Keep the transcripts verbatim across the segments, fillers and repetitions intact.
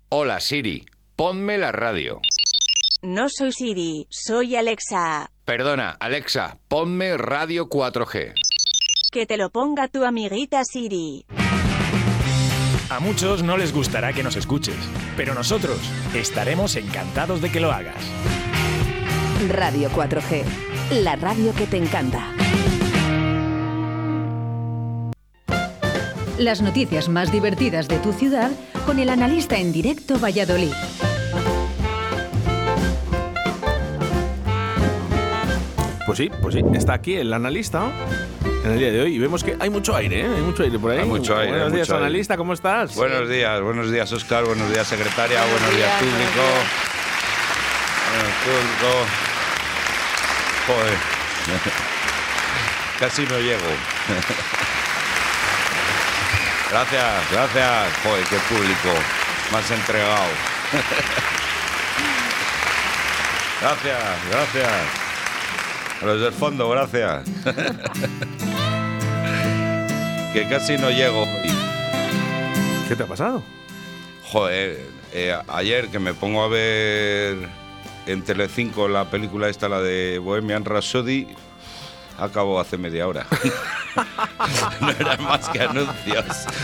Hola Siri, ponme la radio. No soy Siri, soy Alexa. Perdona, Alexa, ponme radio cuatro G. Que te lo ponga tu amiguita Siri. A muchos no les gustará que nos escuches, pero nosotros estaremos encantados de que lo hagas. Radio cuatro G, la radio que te encanta. Las noticias más divertidas de tu ciudad con el analista en directo Valladolid. Pues sí, pues sí, está aquí el analista en el día de hoy y vemos que hay mucho aire, ¿eh? Hay mucho aire por ahí. Hay mucho aire. Buenos hay días, mucho analista, aire. ¿cómo estás? Buenos días, buenos días, Óscar, buenos días, secretaria, buenos, buenos días, días, público. Buenos público. Joder. Casi no llego. Gracias, gracias. Joder, qué público más entregado. Gracias, gracias. A los del fondo, gracias. Que casi no llego. ¿Qué te ha pasado? Joder, eh, ayer que me pongo a ver en Telecinco la película esta, la de Bohemian Rhapsody, acabó hace media hora. No eran más que anuncios.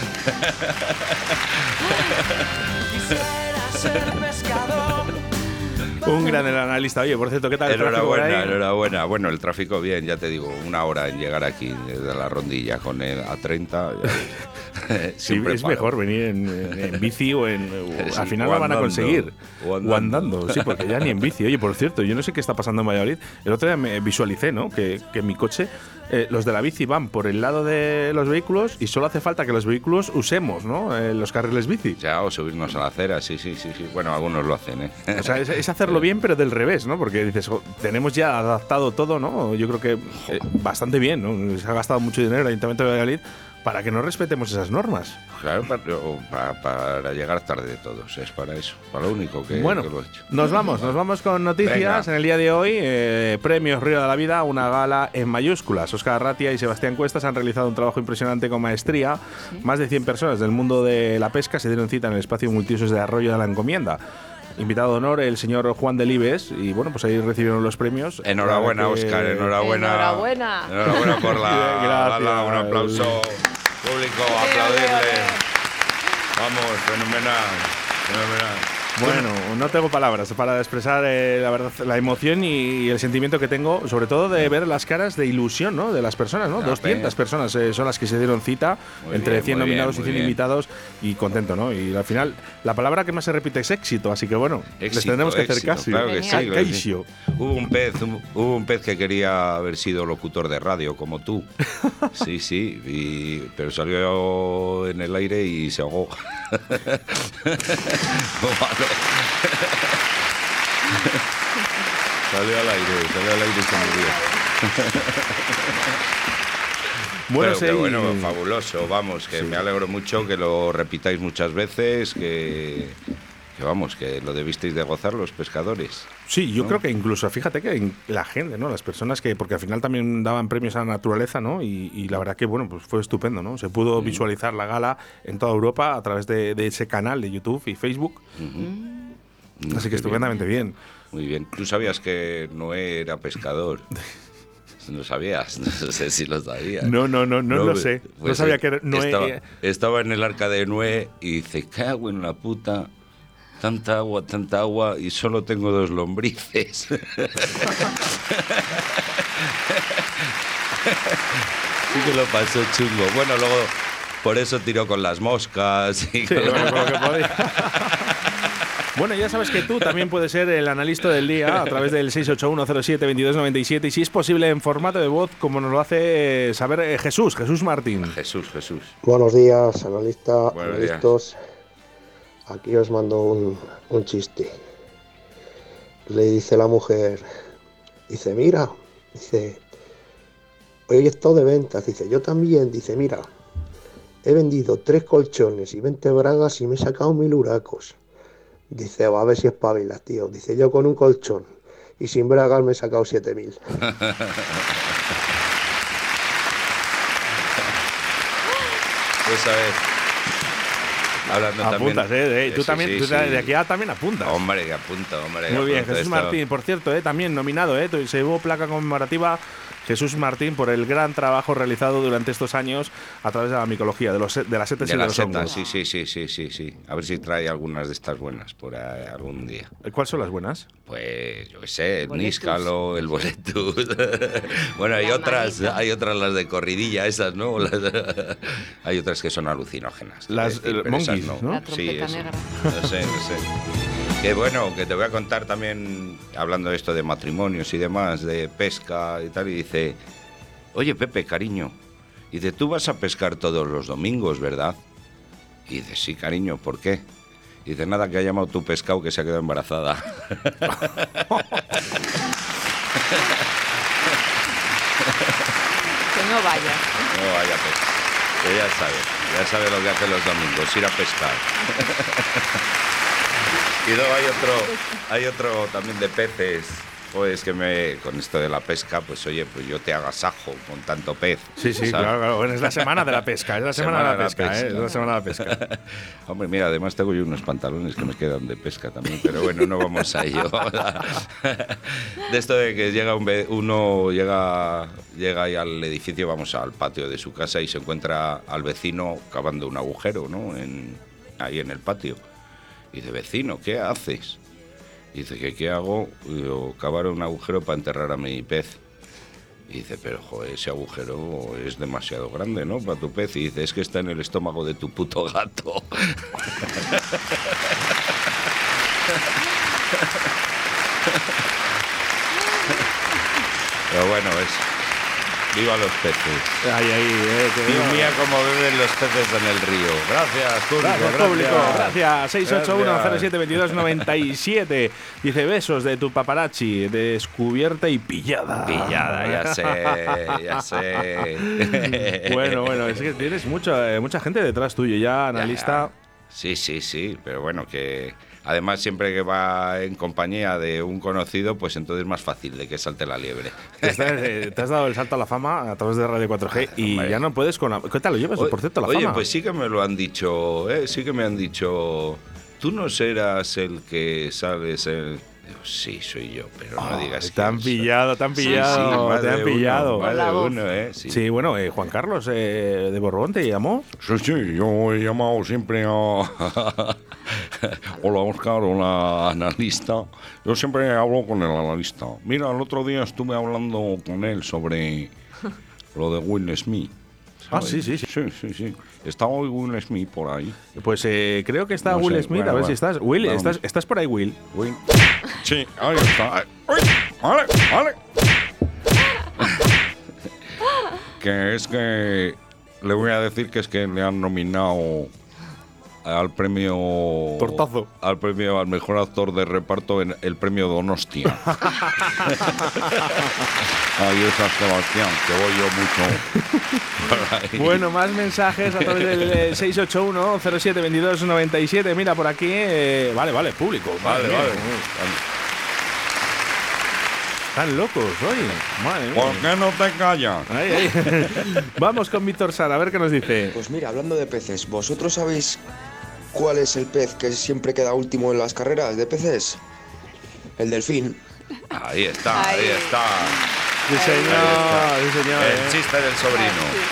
Un gran el analista. Oye, por cierto, ¿qué tal el tráfico por ahí? Enhorabuena, enhorabuena. Bueno, el tráfico bien, ya te digo, una hora en llegar aquí desde la Rondilla con el A treinta. Sí, es paro. Mejor venir en, en bici o en... O, sí, al final lo van andando, a conseguir. O andando. o andando. Sí, porque ya ni en bici. Oye, por cierto, yo no sé qué está pasando en Valladolid. El otro día me visualicé, ¿no? Que, que mi coche, eh, los de la bici van por el lado de los vehículos y solo hace falta que los vehículos usemos, ¿no? Eh, los carriles bici. Ya, o subirnos a la acera, sí, sí, sí, sí. Bueno, algunos lo hacen, ¿eh? O sea, es, es hacerlo bien, pero del revés, ¿no? Porque dices, oh, tenemos ya adaptado todo, ¿no? Yo creo que eh, bastante bien, ¿no? Se ha gastado mucho dinero el Ayuntamiento de Valladolid para que no respetemos esas normas. Claro, para, para, para llegar tarde todos, es para eso, para lo único que, bueno, que lo he hecho. Nos vamos, nos vamos con noticias. Venga. En el día de hoy, eh, Premios Río de la Vida, una gala en mayúsculas. Óscar Arratia y Sebastián Cuestas han realizado un trabajo impresionante con maestría. ¿Sí? Más de cien personas del mundo de la pesca se dieron cita en el espacio multiusos de Arroyo de la Encomienda. Invitado de honor el señor Juan Delibes y bueno, pues ahí recibieron los premios. Enhorabuena, Óscar, que... enhorabuena. Enhorabuena. Enhorabuena por la gala, un aplauso público, aplaudirle. Vamos, fenomenal, fenomenal. Bueno, no tengo palabras para expresar eh, la verdad, la emoción y, y el sentimiento que tengo, sobre todo de ver las caras de ilusión, ¿no? De las personas, ¿no? doscientas personas eh, son las que se dieron cita, muy entre bien, cien nominados bien, y cien bien. invitados, y contento, ¿no? Y al final, la palabra que más se repite es éxito, así que bueno, éxito, les tendremos que hacer éxito, casi. Claro que sí, claro que sí. Hubo un pez, un, hubo un pez que quería haber sido locutor de radio, como tú. Sí, sí, y, pero salió en el aire y se ahogó. Salió al aire, salió al aire y se murió. Bueno, pero, sí. Pero bueno, fabuloso, vamos, que sí. Me alegro mucho que lo repitáis muchas veces, que, que vamos, que lo debisteis de gozar los pescadores. Sí, yo ¿no? creo que incluso, fíjate que la gente, ¿no? Las personas que, porque al final también daban premios a la naturaleza, ¿no? Y, y la verdad que, bueno, pues fue estupendo, ¿no? Se pudo mm. visualizar la gala en toda Europa a través de, de ese canal de YouTube y Facebook. Mm-hmm. Así que estupendamente bien. bien. Muy bien. ¿Tú sabías que Noé era pescador? ¿No sabías? No sé si lo sabías. No, no, no, no, no lo sé. Pues no sabía que Noé... Estaba, estaba en el arca de Noé y dice, cago en la puta... Tanta agua, tanta agua y solo tengo dos lombrices. Sí que lo pasó chungo. Bueno, luego por eso tiró con las moscas. Y sí, con bueno, con lo que podía. Bueno, ya sabes que tú también puedes ser el analista del día a través del seis ocho uno cero siete veintidós noventa y siete y si es posible en formato de voz, como nos lo hace saber Jesús, Jesús Martín. Jesús, Jesús. Buenos días, analista, Buenos analistas. Días. Aquí os mando un, un chiste. Le dice la mujer, dice, mira, dice, hoy es todo de ventas, dice, yo también, dice, mira, he vendido tres colchones y veinte bragas y me he sacado mil huracos. Dice, va a ver si espabilas, tío. Dice, yo con un colchón y sin bragas me he sacado siete mil. Pues a ver. hablando apuntas, también. ¿eh? Tú sí, también, sí, tú sí. de aquí a también apuntas. Hombre, que apunto, hombre. Muy que bien, apunto Jesús esto. Martín, por cierto, ¿eh? También nominado, ¿eh? Se llevó placa conmemorativa Jesús Martín por el gran trabajo realizado durante estos años a través de la micología, de, los, de las setas De y de las los setas, hongos. sí, sí, sí, sí, sí, sí. A ver si trae algunas de estas buenas por ahí algún día. ¿Cuáles son las buenas? Pues, yo qué sé, el Boletus. níscalo, el boletus. Bueno, hay La otras, manita. hay otras las de corridilla, esas, ¿no? Las- hay otras que son alucinógenas. Las, quiero eh, pero esas monkeys, ¿no? La Sí, trompeta eso. negra. No sé, no sé. Que bueno, que te voy a contar también, hablando de esto de matrimonios y demás, de pesca y tal, y dice, oye Pepe, cariño, y dice, tú vas a pescar todos los domingos, ¿verdad? Y dice, sí, cariño, ¿por qué? Y dice, nada, que ha llamado tu pescado que se ha quedado embarazada. Que no vayas. No vaya pues, que ya sabe, ya sabe lo que hace los domingos, ir a pescar. Y luego hay otro, hay otro también de peces, pues que me, con esto de la pesca, pues oye, pues yo te agasajo con tanto pez. Sí, sí, ¿sabes? claro, claro. Bueno, es la semana de la pesca, es la semana, de la pesca, ¿eh? Es la semana de la pesca. Hombre, mira, además tengo yo unos pantalones que me quedan de pesca también, pero bueno, no vamos a ello. De esto de que llega un ve- uno llega llega ahí al edificio, vamos al patio de su casa y se encuentra al vecino cavando un agujero, ¿no? En, ahí en el patio. Y dice, vecino, ¿qué haces? Y dice, ¿qué, qué hago? Y digo, cavar un agujero para enterrar a mi pez. Y dice, pero joder, ese agujero es demasiado grande, ¿no? Para tu pez. Y dice, es que está en el estómago de tu puto gato. Pero bueno, es... ¡Viva los peces! Ahí, ahí, eh, que Dios viva. mía, cómo beben los peces en el río. Gracias, público. Gracias, público. Gracias. seis ocho uno cero siete veintidós noventa y siete. Dice, besos de tu paparazzi, descubierta y pillada. Pillada, ya sé, ya sé. Bueno, bueno, es que tienes mucha, eh, mucha gente detrás tuyo, ya analista. Sí, sí, sí, pero bueno, que además siempre que va en compañía de un conocido, pues entonces es más fácil de que salte la liebre. Te, estás, eh, te has dado el salto a la fama a través de Radio cuatro G y Hombre. ya no puedes con la... ¿Qué tal lo llevas, Oye, por cierto, la oye, fama? pues sí que me lo han dicho, ¿eh? Sí que me han dicho, tú no serás el que sales el... Digo, sí, soy yo, pero no Oh, digas te han quién soy. pillado, te han Sí, sí, pillado, más te han de uno, pillado. más Por la de voz. uno, ¿eh? Sí. Sí, bueno, eh, Juan Carlos eh, de Borbón te llamó. Sí, sí, yo he llamado siempre a... Hola, Oscar, hola, analista. Yo siempre hablo con el analista. Mira, el otro día estuve hablando con él sobre lo de Will Smith. Ah, ¿sabes? sí, sí, sí. Sí, sí, sí. Está hoy Will Smith por ahí. Pues eh, creo que está No Will sé, Smith, bueno, a ver bueno. si estás. Will, Vamos. ¿estás, ¿estás por ahí, Will? Will. Sí, ahí está. ¡Uy! ¡Vale! ¡Vale! Que es que... Le voy a decir que es que le han nominado al premio... Tortazo. Al premio al mejor actor de reparto en el premio Donostia. Ahí está Sebastián, que voy yo mucho por ahí. Bueno, más mensajes a través del eh, seis ocho uno cero siete veintidós noventa y siete. Mira, por aquí. eh, vale, vale, público. Vale, Madre mía. vale. Están locos hoy. Madre mía. ¿Por qué no te callas? Ahí, ahí. Vamos con Víctor Sara, a ver qué nos dice. Pues mira, hablando de peces, ¿vosotros sabéis cuál es el pez que siempre queda último en las carreras de peces? El delfín. Ahí está, ahí, Ahí. está. Sí, señor, sí, señor. El eh. chiste del sobrino.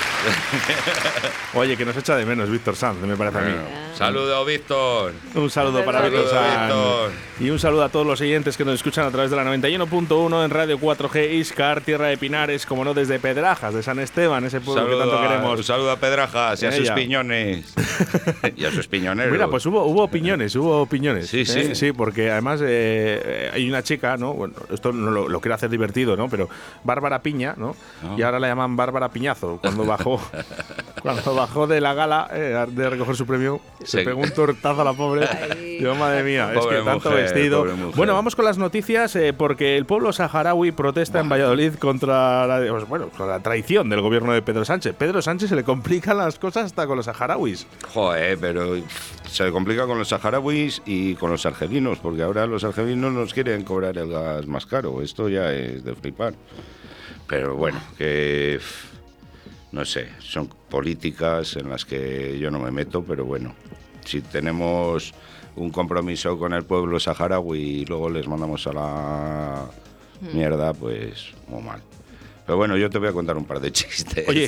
Oye, que nos echa de menos Víctor Sanz, me parece a mí. Bueno, saludo, Víctor. Un saludo para Saludos, Víctor Sanz. Víctor. Y un saludo a todos los oyentes que nos escuchan a través de la noventa y uno punto uno en Radio cuatro G Iscar, Tierra de Pinares, como no, desde Pedrajas, de San Esteban, ese pueblo que tanto a, queremos. un saludo a Pedrajas y a sus Ella. piñones. Y a sus piñoneros. Mira, pues hubo, hubo opiniones, hubo opiniones. Sí, ¿eh? sí. Sí, porque además eh, hay una chica, ¿no? Bueno, esto no lo, lo quiero hacer divertido, ¿no? Pero Bárbara Piña, ¿no? Ah. Y ahora la llaman Bárbara Piñazo. Cuando bajó, cuando bajó de la gala eh, de recoger su premio, se Sí. pegó un tortazo a la pobre. Ay. Digo, madre mía, Pobre es que tanto mujer, vestido. pobre mujer. Bueno, vamos con las noticias eh, porque el pueblo saharaui protesta en Valladolid contra la, pues, bueno, contra la traición del gobierno de Pedro Sánchez. Pedro Sánchez se le complican las cosas hasta con los saharauis. Joder, pero se complica con los saharauis y con los argelinos, porque ahora los argelinos nos quieren cobrar el gas más caro. Esto ya es de flipar. Pero bueno, que no sé, son políticas en las que yo no me meto, pero bueno, si tenemos un compromiso con el pueblo saharaui y luego les mandamos a la mm. mierda, pues muy mal. Pero bueno, yo te voy a contar un par de chistes. Oye,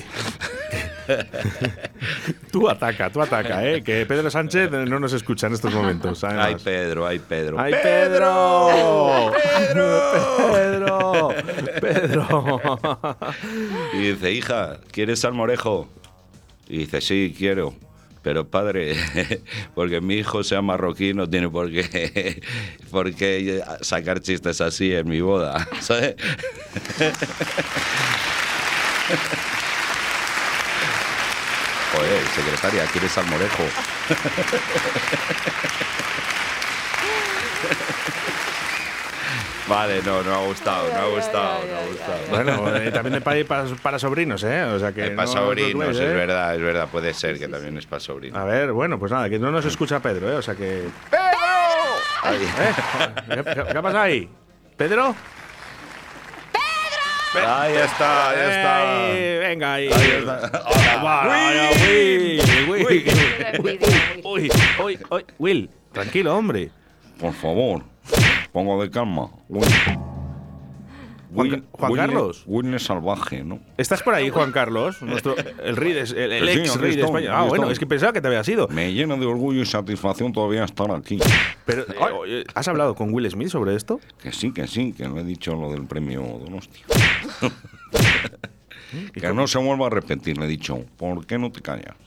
tú ataca, tú ataca, ¿eh? Que Pedro Sánchez no nos escucha en estos momentos. Además. Ay, Pedro, ay, Pedro. ¡Ay, Pedro! ¡Pedro! ¡Pedro! ¡Pedro! Y dice, hija, ¿quieres salmorejo? Y dice, sí, quiero. Pero padre, porque mi hijo sea marroquí no tiene por qué, por qué sacar chistes así en mi boda, ¿sabes? Joder, secretaria, ¿quieres salmorejo? Vale, no, no ha gustado, no ha gustado, no ha gustado. Bueno, eh, también es para, para, para sobrinos, ¿eh? O sea que es para no, sobrinos, no es ¿eh? verdad, es verdad, puede ser que también es para sobrinos. A ver, bueno, pues nada, que no nos escucha Pedro, ¿eh? O sea que... ¡Pedro! Ahí, ¿eh? ¿Qué, qué, qué pasa ahí? ¿Pedro? ¡Pedro! Ahí está, ahí está. Ahí, venga, ahí. Ahí está. Hola. Will, Will, Will, Will, Will, Will, Will, tranquilo, hombre. Por favor, pongo de calma. Will. Juan, Will, Juan Will, Carlos. Will es salvaje, ¿no? ¿Estás por ahí, Juan Carlos? Nuestro, el rey de, el, el Sí, ex aquí rey de estoy, España. aquí Ah, bueno, estoy. es que pensaba que te había sido. Me llena de orgullo y satisfacción todavía estar aquí. Pero, eh, oye, ¿has hablado con Will Smith sobre esto? Que sí, que sí, que le he dicho lo del premio Donostia. Que no se vuelva a repetir, le he dicho. ¿Por qué no te callas?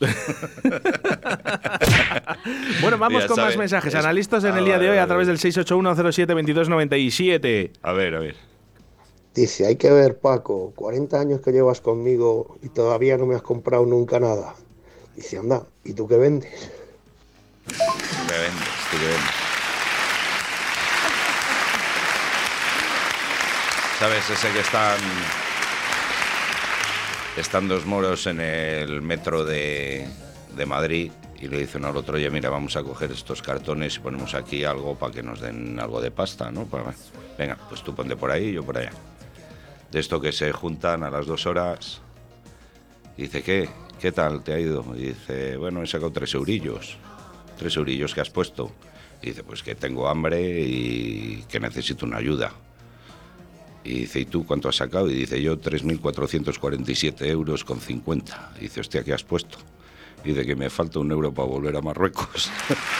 Bueno, vamos Ya con sabe, más mensajes. es- Analistas en Ah, el día de vale, hoy a vale. través del seis ocho uno cero siete veintidós noventa y siete. A ver, a ver. Dice, hay que ver, Paco, cuarenta años que llevas conmigo y todavía no me has comprado nunca nada. Dice, anda, ¿y tú qué vendes? ¿Qué vendes? ¿Tú qué vendes? ¿Sabes? Ese que están... Están dos moros en el metro de, de Madrid y le dicen al otro, oye, mira, vamos a coger estos cartones y ponemos aquí algo para que nos den algo de pasta, ¿no? Para... Venga, pues tú ponte por ahí y yo por allá. De esto que se juntan a las dos horas. Y dice, ¿qué? ¿Qué tal te ha ido? Y dice, bueno, he sacado tres eurillos. Tres eurillos que has puesto. Y dice, pues que tengo hambre y que necesito una ayuda. Y dice, ¿y tú cuánto has sacado? Y dice, yo tres mil cuatrocientos cuarenta y siete euros con cincuenta. Y dice, hostia, ¿qué has puesto? Y dice que me falta un euro para volver a Marruecos.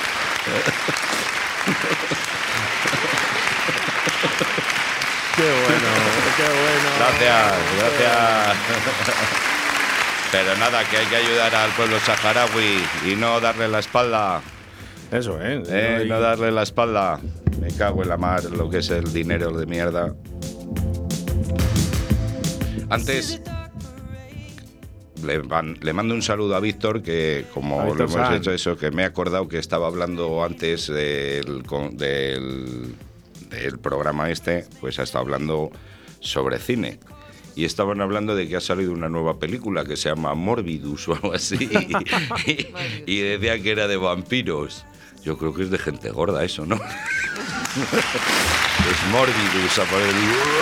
Qué bueno, qué bueno. Gracias, gracias. Pero nada, que hay que ayudar al pueblo saharaui y no darle la espalda. Eso, ¿eh? Eh, Y- no darle la espalda. Me cago en la mar, lo que es el dinero de mierda. Antes le, van- le mando un saludo a Víctor, que como A lo Víctor hemos San. hecho eso, que me he acordado que estaba hablando antes del, con- del, del programa este, pues ha estado hablando sobre cine. Y estaban hablando de que ha salido una nueva película que se llama Morbidus o algo así. y, y decía que era de vampiros. Yo creo que es de gente gorda eso, ¿no? Es Morbidus a poner...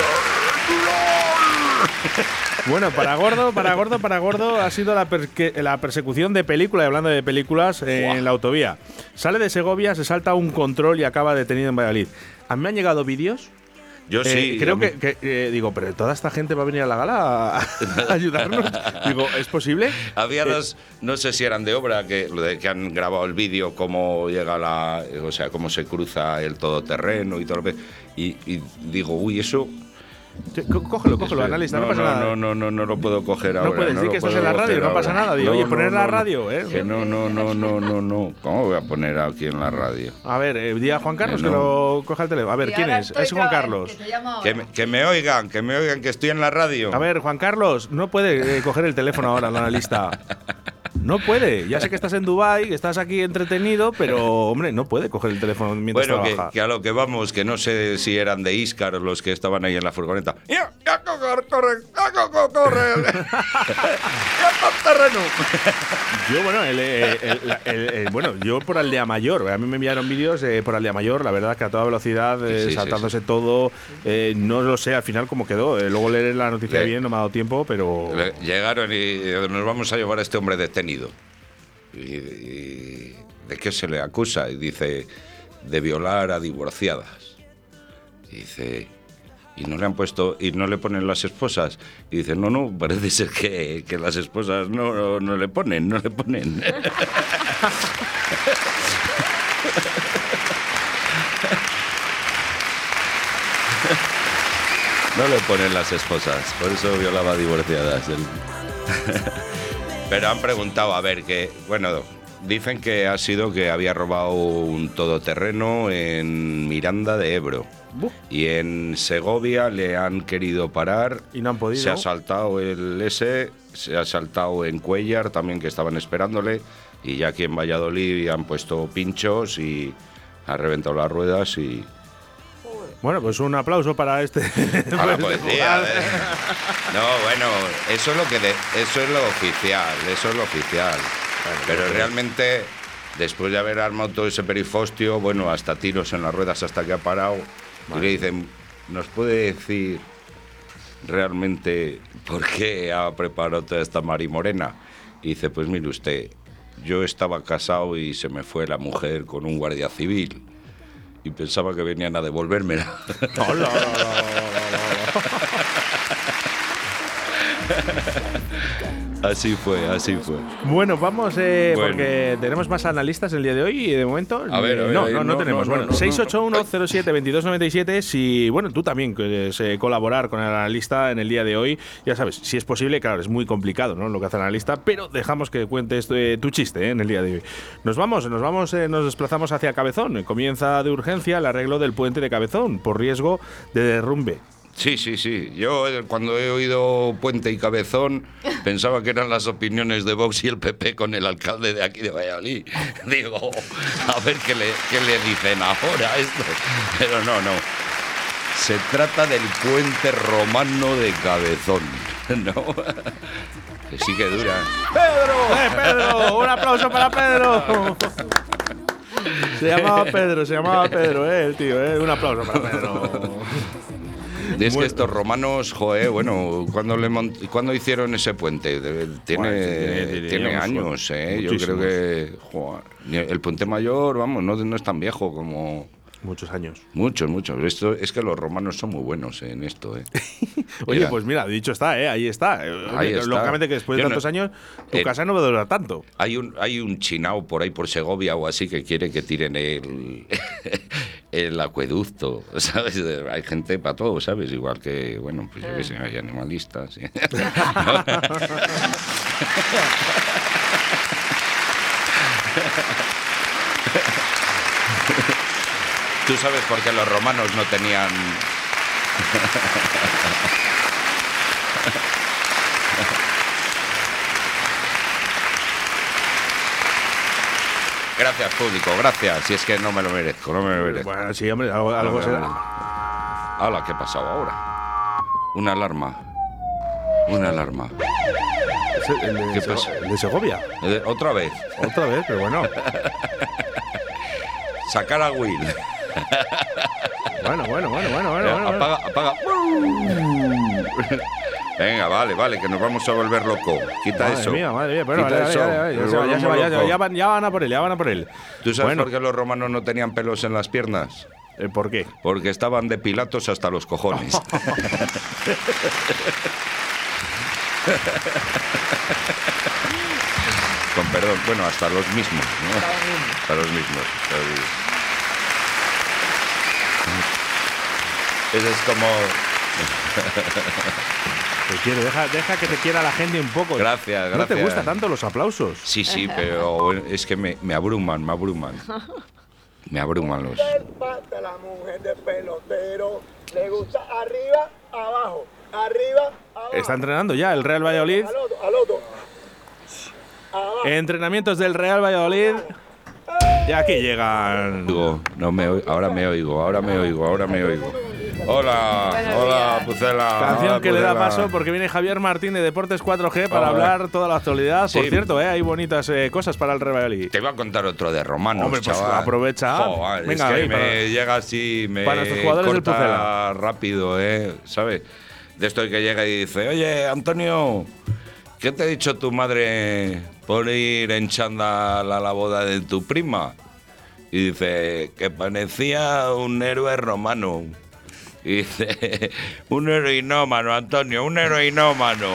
Bueno, para gordo, para gordo, para gordo ha sido la, perque- la persecución de película, y hablando de películas, eh, en la autovía. Sale de Segovia, se salta un control y acaba detenido en Valladolid. A mí me han llegado vídeos. Yo eh, sí. creo a mí- que, que, eh, digo, pero toda esta gente va a venir a la gala a, a ayudarnos. Digo, ¿es posible? Había Eh, dos, no sé si eran de obra, que, lo de que han grabado el vídeo, cómo llega la, o sea, cómo se cruza el todoterreno y todo lo que... Y, y digo, uy, eso... Sí, có- Cógelo, cógelo, analista, no, no, pasa no, nada. no, no, no, no lo puedo coger No ahora. puedes decir lo que estás puedo en la radio, coger no pasa ahora. nada. Digo, oye, poner la no, radio, ¿eh? Que no, no, no, no, no, no. ¿Cómo voy a poner aquí en la radio? A ver, eh, di a Juan Carlos Eh, que no. lo coja el teléfono. A ver, Y ¿quién ahora es? estoy Es Juan yo, eh, Carlos. que te llamo ahora. Que me, que me oigan, que me oigan, que estoy en la radio. A ver, Juan Carlos, no puede eh, coger el teléfono ahora, el analista. No puede. Ya sé que estás en Dubái, que estás aquí entretenido, pero, hombre, no puede coger el teléfono mientras Bueno, que, trabaja. que a lo que vamos, que no sé si eran de Íscar los que estaban ahí en la furgoneta. ¡Ya, ya, corre, corre! ¡Ya, corre, corre! ¡Ya está el terreno! Yo, bueno, el, eh, el- la- el- el- bueno, yo por Aldea Mayor, a mí me enviaron vídeos eh, por Aldea Mayor, la verdad que a toda velocidad, eh, Sí, sí, saltándose todo, eh, no lo sé al final cómo quedó, eh, luego leeré la noticia Le- bien, no me ha dado tiempo, pero... Le- Llegaron y nos vamos a llevar a este hombre detenido. Y, y ¿de qué se le acusa? Y dice, de violar a divorciadas. Y dice, ¿y no le han puesto, y no le ponen las esposas? Y dice, no, no, parece ser que, que las esposas no, no, no le ponen, no le ponen. No le ponen las esposas, por eso violaba a divorciadas. Pero han preguntado, a ver, que, bueno, dicen que ha sido que había robado un todoterreno en Miranda de Ebro. Buf. Y en Segovia le han querido parar. Y no han podido. Se ha saltado el S, se ha saltado en Cuellar también, que estaban esperándole. Y ya aquí en Valladolid han puesto pinchos y ha reventado las ruedas y... Bueno, pues un aplauso para este. A la policía. ¿eh? No, bueno, eso es lo que de, eso es lo oficial, eso es lo oficial. Bueno, pero bueno, realmente, después de haber armado todo ese perifostio, bueno, hasta tiros en las ruedas hasta que ha parado, vale. Y le dicen, ¿nos puede decir realmente por qué ha preparado toda esta marimorena? Y dice, pues mire usted, yo estaba casado y se me fue la mujer con un guardia civil. Y pensaba que venían a devolvérmela. No, no, no, no, no, no. Así fue, así fue. Bueno, vamos, eh, bueno. porque tenemos más analistas el día de hoy y de momento... A ver, a ver, no, a ver, no, no, no, tenemos. no, bueno, no, no, seis ocho uno no. cero siete veintidós noventa y siete, si, bueno, tú también quieres eh, colaborar con el analista en el día de hoy, ya sabes, si es posible, claro, es muy complicado, ¿no?, lo que hace el analista, pero dejamos que cuentes eh, tu chiste eh, en el día de hoy. Nos vamos, nos vamos, eh, nos desplazamos hacia Cabezón. Comienza de urgencia el arreglo del puente de Cabezón por riesgo de derrumbe. Sí, sí, sí. Yo eh, cuando he oído Puente y Cabezón pensaba que eran las opiniones de Vox y el P P con el alcalde de aquí de Valladolid. Digo, a ver qué le, qué le dicen ahora a esto. Pero no, no. Se trata del puente romano de Cabezón, ¿no? Que sí que dura. ¡Pedro! ¡Eh, Pedro! ¡Un aplauso para Pedro! Se llamaba Pedro, se llamaba Pedro, eh, el tío, eh. Un aplauso para Pedro. Es que estos romanos, joder, bueno, ¿cuándo, le mont- ¿cuándo hicieron ese puente? Tiene, bueno, tiene, tiene, tiene años, ¿eh? Yo creo que joder, el puente mayor, vamos, no, no es tan viejo como... Muchos años. Muchos, muchos. Esto, es que los romanos son muy buenos en esto, ¿eh? Oye, Mira. pues mira, dicho está, ¿eh? Ahí está. Ahí está. Lógicamente que después de Yo tantos no- años, tu eh, casa no va a durar tanto. Hay un, hay un chinao por ahí, por Segovia o así, que quiere que tiren el, el acueducto, ¿sabes? Hay gente para todo, ¿sabes? Igual que, bueno, pues yo qué sé, hay animalistas. ¿sí? ¿Tú sabes por qué los romanos no tenían... Gracias, público, gracias. Si es que no me lo merezco, no me lo merezco. Bueno, sí, hombre, algo, algo será. Hala, ¿qué ha pasado ahora? Una alarma. Una alarma. Es el, el de ¿Qué Sego- pasa? el de Segovia. Eh, Otra vez. Otra vez, pero bueno. Sacar a Will. Bueno, bueno, bueno, bueno, bueno. Eh, bueno. apaga, apaga. Venga, vale, vale, que nos vamos a volver loco. Quita Madre eso. mía, madre mía, pero Quita vale, eso. vale, vale, ya Nos se va, ya se va, ya se va, volvemos ya locos. van, ya van a por él, ya van a por él. ¿Tú sabes Bueno, por qué los romanos no tenían pelos en las piernas? eh, ¿por qué? Porque estaban depilatos hasta los cojones. Con perdón, bueno, hasta los mismos, ¿no? Hasta los mismos. hasta los mismos. Eso es como... Te quiere, deja, deja que te quiera la gente un poco. Gracias, ¿No te gracias. gustan tanto los aplausos? Sí, sí, pero es que me, me abruman, me abruman. Me abruman los... Pata la mujer de pelotero, le gusta arriba, abajo, arriba, abajo. Está entrenando ya el Real Valladolid. Al otro, al otro. Abajo. Entrenamientos del Real Valladolid. Y aquí llegan. Oigo, no me oigo, ahora me oigo, ahora me oigo, ahora me oigo. Hola, hola, Pucela. Canción hola, que le da Pucela. paso porque viene Javier Martín de Deportes cuatro G para Hola. hablar toda la actualidad. Por Sí. cierto, ¿eh? hay bonitas eh, cosas para el Real Valladolid. Te voy a contar otro de romanos, Hombre, pues chaval. aprovecha. Joder, Venga, es que ahí, me para- llega así, me para nuestros jugadores del corta Pucela. rápido, ¿eh? ¿Sabes? De esto que llega y dice, oye, Antonio, ¿qué te ha dicho tu madre por ir en chándal a la boda de tu prima? Y dice, que parecía un héroe romano. Y dice, un heroinómano, Antonio, un heroinómano.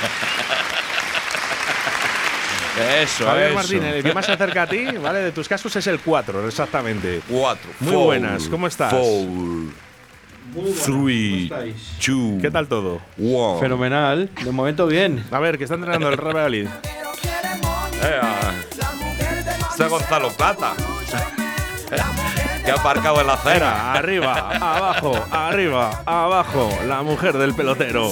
Eso, Javier eso. Martín, el que más se acerca a ti, ¿vale? De tus cascos es el cuatro, exactamente. Cuatro. Muy four, buenas, ¿cómo estás? Four, three, two, ¿Qué tal todo? one. Fenomenal, de momento bien. A ver, que está entrenando el Real Valladolid. Eh, este es Gonzalo Plata. Que ha aparcado en la acera. Venga, arriba, abajo, arriba, abajo, la mujer del pelotero.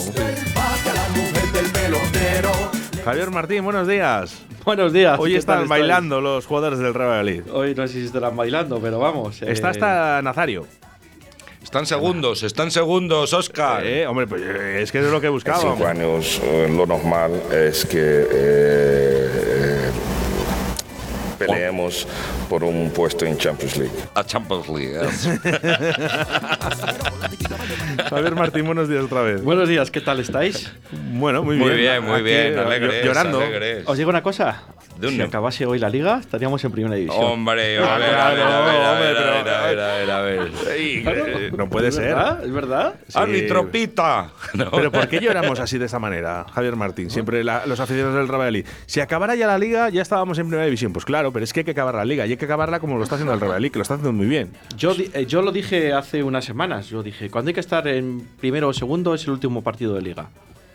Javier Martín, buenos días. Buenos días. Hoy ¿qué están tal bailando los jugadores del Real Valladolid. estáis? Hoy no sé si estarán bailando, pero vamos. Está eh, hasta Nazario. Están segundos, están segundos, Óscar. Eh, hombre, pues eh, es que es lo que buscábamos. Cinco años, eh, lo normal es que eh, eh, peleemos por un puesto en Champions League. A Champions League. ¿eh? Javier Martín, buenos días otra vez. Buenos días, ¿qué tal estáis? Bueno, muy bien. Muy bien, muy Aquí, bien. eh, Alegres, llorando. alegres. Os digo una cosa. ¿De Si dónde? acabase hoy la liga, estaríamos en primera división. Hombre, a ver, a ver, a ver, a ver, a ver, a ver, a ver, a ver. Ey, eh, no puede ¿Es ser. verdad? ¿Es verdad? Sí. ¡Árbitro, pita! No. Pero ¿por qué lloramos así de esa manera, Javier Martín? Siempre la- los aficionados del Real Valladolid. Si acabara ya la liga, ya estábamos en primera división. Pues claro, pero es que hay que acabar la liga y hay que acabarla como lo está haciendo el Real Valladolid, que lo está haciendo muy bien. Yo, di- eh, yo lo dije hace unas semanas. Yo dije, cuando hay que estar en primero o segundo es el último partido de liga.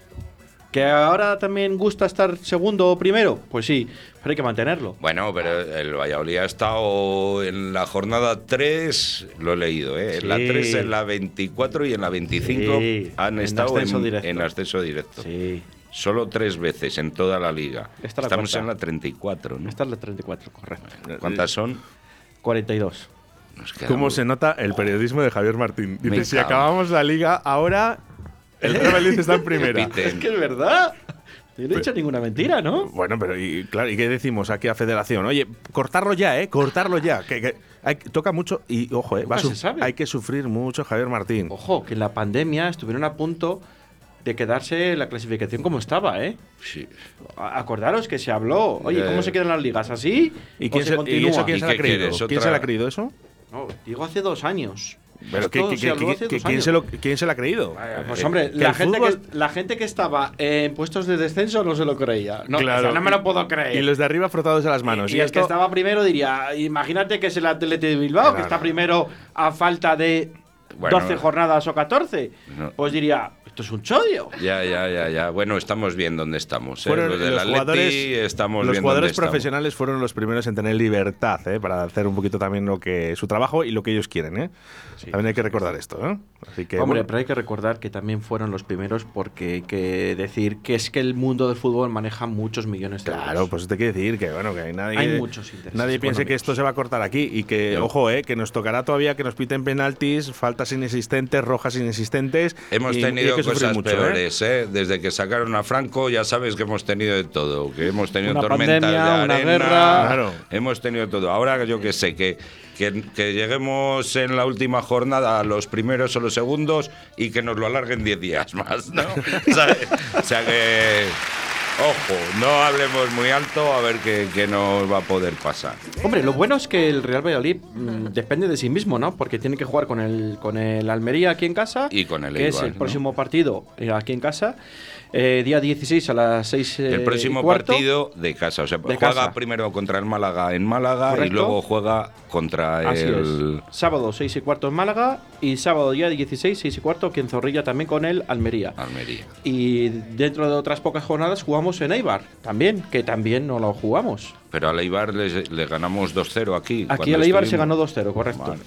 ¿Que ahora también gusta estar segundo o primero? Pues sí, pero hay que mantenerlo. Bueno, pero el Valladolid ha estado en la jornada tres, lo he leído, ¿eh? En la Sí. tres, en la veinticuatro y en la veinticinco Sí, han en estado ascenso en, directo. en ascenso directo. Sí. Solo tres veces en toda la liga. Esta la Estamos cuarta. en la treinta y cuatro, ¿no? Esta es la treinta y cuatro, correcto. ¿Cuántas son? cuarenta y dos. Nos quedamos- ¿Cómo se nota el periodismo de Javier Martín? Dice, Me si cago. acabamos la liga, ahora el Real Valladolid está en primera. Repite. Es que es verdad. Yo no he dicho ninguna mentira, ¿no? Bueno, pero y, claro, ¿y qué decimos aquí a Federación? Oye, cortarlo ya, ¿eh? Cortarlo ya. Que, que hay- toca mucho y, ojo, ¿eh? Va a Nunca su- se sabe. hay que sufrir mucho, Javier Martín. Ojo, que en la pandemia estuvieron a punto de quedarse la clasificación como estaba, ¿eh? Sí. A- Acordaros que se habló. Oye, Eh. ¿cómo se quedan las ligas? ¿Así? ¿Y, ¿O quién se se, ¿y continúa? eso quién ¿Y se lo ha qué creído? quieres, ¿Quién otra? se lo ha creído eso? No, digo hace dos años. Pero Esto ¿qué- qué- se qué- habló qué- hace qué- dos ¿quién, años. se lo, ¿quién se lo ha creído? Pues Eh, hombre, que la el gente, fútbol- que, la gente que estaba en puestos de descenso no se lo creía. No, Claro. o sea, no me lo puedo creer. Y los de arriba frotados a las manos. Y, Y, el esto, que estaba primero diría, imagínate que es el Atleti de Bilbao, Claro. que está primero a falta de Bueno, doce jornadas o catorce. no. Pues diría, esto es un chodio. Ya, ya, ya, ya. Bueno, estamos bien donde estamos. ¿eh? fueron Los del los Atleti jugadores, estamos los bien jugadores donde estamos. profesionales fueron los primeros en tener libertad, ¿eh? Para hacer un poquito también lo que su trabajo y lo que ellos quieren, ¿eh? También hay que recordar esto, ¿eh? Así que, Hombre, bueno, pero hay que recordar que también fueron los primeros porque hay que decir que es que el mundo del fútbol maneja muchos millones de claro, euros. pues te quiere decir que bueno, que hay nadie, Hay muchos intereses nadie piense que económicos. esto se va a cortar aquí y que, No. ojo, eh, que nos tocará todavía que nos piten penaltis, faltas inexistentes, rojas inexistentes. Hemos y- y hay tenido que sufrir cosas mucho, ¿eh? peores, ¿eh? Desde que sacaron a Franco ya sabes que hemos tenido de todo, que hemos tenido Una tormentas pandemia, de una arena, guerra. Claro. hemos tenido todo. Ahora yo que sé, que, que, que lleguemos en la última jornada a los primeros o los segundos y que nos lo alarguen diez días más, ¿no? ¿Sabes? O sea que, ojo, no hablemos muy alto a ver qué, qué nos va a poder pasar. Hombre, lo bueno es que el Real Valladolid mm, depende de sí mismo, ¿no? Porque tiene que jugar con el, con el Almería aquí en casa. Y con el que es Eibar, el ¿no? próximo partido eh, aquí en casa. Eh, día dieciséis a las seis eh, El próximo y cuarto. partido de casa, o sea, De juega casa. primero contra el Málaga en Málaga Correcto. y luego juega contra Así el... es. Sábado seis y cuarto en Málaga y sábado día dieciséis, seis y cuarto aquí en Zorrilla también con el Almería. Almería. Y dentro de otras pocas jornadas jugamos en Eibar también, que también no lo jugamos. Pero al Eibar le, le ganamos dos cero aquí. Aquí cuando el Eibar se estuvimos. ganó dos cero, correcto. Vale.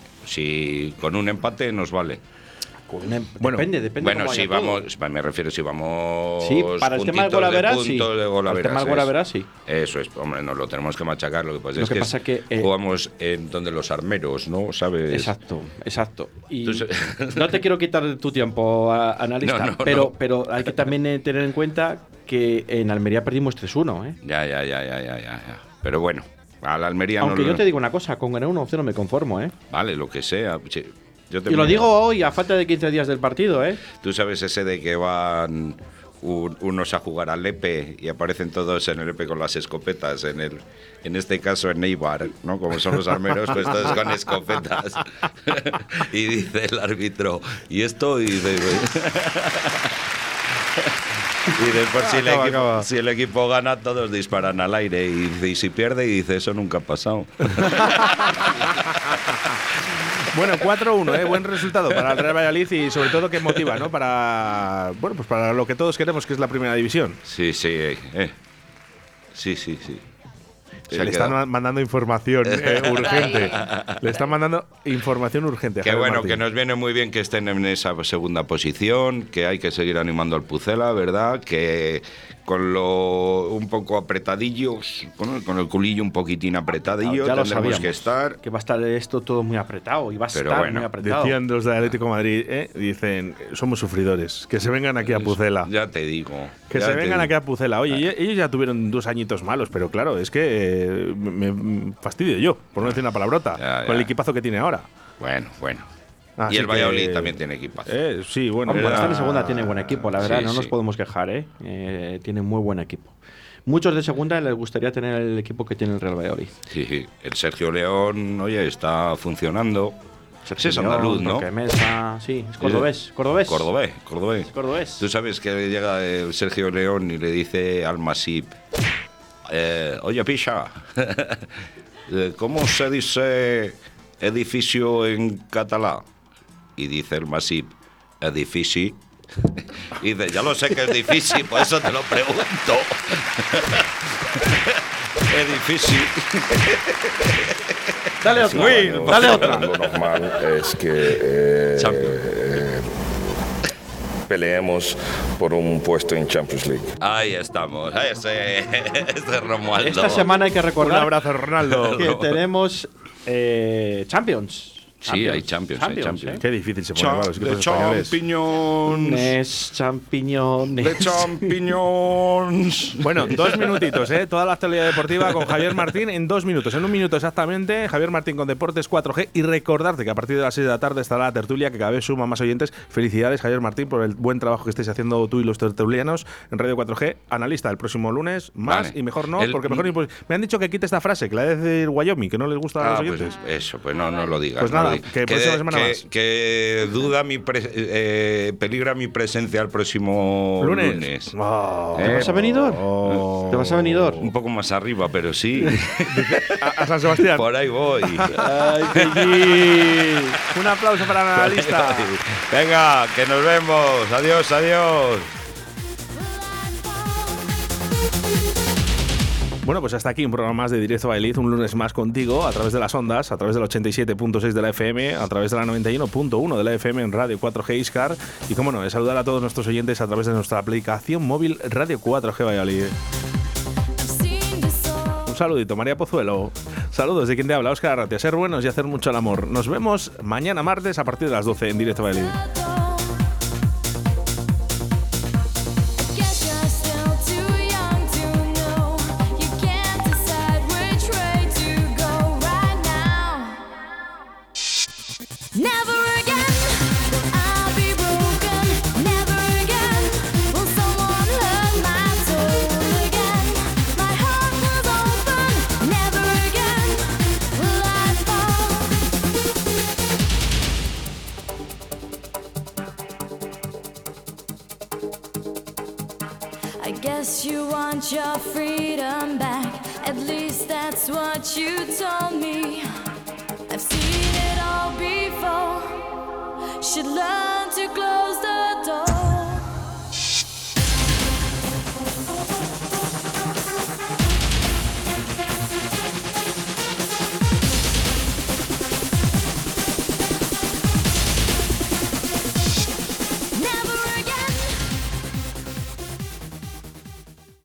Si con un empate nos vale. Con un em- Bueno, depende, depende Bueno, cómo si vaya todo. vamos, me refiero si vamos Sí, para el tema del puntitos de golaveras, sí. puntos de Para el golaveras, tema del es- golaveras, sí. Eso es, hombre, nos lo tenemos que machacar. Lo que pasa Lo es que que, pasa es- que, eh, jugamos en donde los armeros, ¿no? ¿Sabes? Exacto, exacto. Y Entonces- no te quiero quitar tu tiempo, a- analista, No, no, pero, no. pero hay que también eh, tener en cuenta que en Almería perdimos tres uno, ¿eh? Ya, ya, ya, ya, ya, ya, ya. Pero bueno, a la Almería Aunque no yo lo- te digo una cosa, con ganar uno cero me conformo, ¿eh? Vale, lo que sea. Sí, yo te Y lo miro. digo hoy, a falta de quince días del partido, ¿eh? Tú sabes ese de que van un, unos a jugar al Lepe y aparecen todos en el Lepe con las escopetas, en el en este caso en Eibar, ¿no? Como son los armeros, pues todos con escopetas. Y dice el árbitro, ¿y esto? Y dice... Y después si el, acaba, equipo, acaba. si el equipo gana, todos disparan al aire. Y, dice, y si pierde, y dice, eso nunca ha pasado. Bueno, cuatro uno, ¿eh? Buen resultado para el Real Valladolid y sobre todo que motiva, ¿no? Para, bueno, pues para lo que todos queremos, que es la primera división. Sí, sí, eh. sí, sí, sí. O sea, le están mandando información eh, urgente. Le están mandando información urgente. Qué bueno, Martín. Que nos viene muy bien que estén en esa segunda posición, que hay que seguir animando al Pucela, ¿verdad? Que con lo un poco apretadillos, con el, con el culillo un poquitín apretadillo, ya lo tendremos que estar. Que va a estar esto todo muy apretado y va a Pero estar bueno, muy apretado. Decían los del Atlético de Madrid, ¿eh? Dicen, somos sufridores, que se vengan aquí a Pucela. Ya te digo. Que se vengan aquí a Pucela. Oye, ellos ya tuvieron dos añitos malos, pero claro, es que eh, me, me fastidio yo, por no decir una palabrota, ya, ya. con el equipazo que tiene ahora. Bueno, bueno. Así y el Valladolid que, también tiene equipazo. Eh, sí, bueno. Hombre, era... está en segunda, tiene buen equipo, la verdad, Sí, no sí. nos podemos quejar, ¿eh? Eh, Tiene muy buen equipo. Muchos de segunda les gustaría tener el equipo que tiene el Real Valladolid. Sí, sí. El Sergio León, oye, está funcionando. Ese es andaluz, ¿no? Roque Mesa, sí, es cordobés. Cordobés. Cordobés, cordobés. Cordobés. Tú sabes que llega el Sergio León y le dice al Masip, eh, oye, picha, ¿cómo se dice edificio en catalán? Y dice el Masip, edifici. Y dice, ya lo sé que es difícil, por eso te lo pregunto. Es difícil. Dale otra. Uy, Lo- dale otra. Lo normal es que eh, eh, peleemos por un puesto en Champions League. Ahí estamos, ese, ese Romualdo. Esta semana hay que recordar Un abrazo, Ronaldo. que tenemos eh, Champions. Sí, hay Champions, hay Champions. ¿eh? Qué difícil se pone para los de equipos españoles. champiñones. Nes, champiñones. De champiñones. Bueno, dos minutitos, ¿eh? Toda la actualidad deportiva con Javier Martín en dos minutos. En un minuto exactamente, Javier Martín con Deportes cuatro G. Y recordarte que a partir de las seis de la tarde estará la tertulia, que cada vez suma más oyentes. Felicidades, Javier Martín, por el buen trabajo que estáis haciendo tú y los tertulianos en Radio cuatro G. Analista el próximo lunes, más Vale. y mejor no, El- porque mejor impos- Me han dicho que quite esta frase, que la de decir Wyoming, que no les gusta a Ah, los pues oyentes. eso, pues no, no lo digas. Pues no nada, lo digas. que próxima semana que, más. que duda mi pre- eh, peligra mi presencia el próximo ¿Lunes? lunes. Oh. ¿Te vas a Benidorm? Oh. ¿Te vas a Benidorm? Un poco más arriba, pero sí. A, a San Sebastián. Por ahí voy. Ay, Pellín. Un aplauso para el analista. Venga, que nos vemos. Adiós, adiós. Bueno, pues hasta aquí un programa más de Directo Valladolid, un lunes más contigo, a través de las ondas, a través del ochenta y siete punto seis de la F M, a través de la noventa y uno punto uno de la F M en Radio cuatro G Iscar, y como no, de saludar a todos nuestros oyentes a través de nuestra aplicación móvil Radio cuatro G Valladolid. Un saludito, María Pozuelo. Saludos de quien te habla, Óscar Arratia. Ser buenos y hacer mucho el amor. Nos vemos mañana martes a partir de las doce en Directo Valladolid. I guess you want your freedom back. At least that's what you told me. I've seen it all before. Should learn to close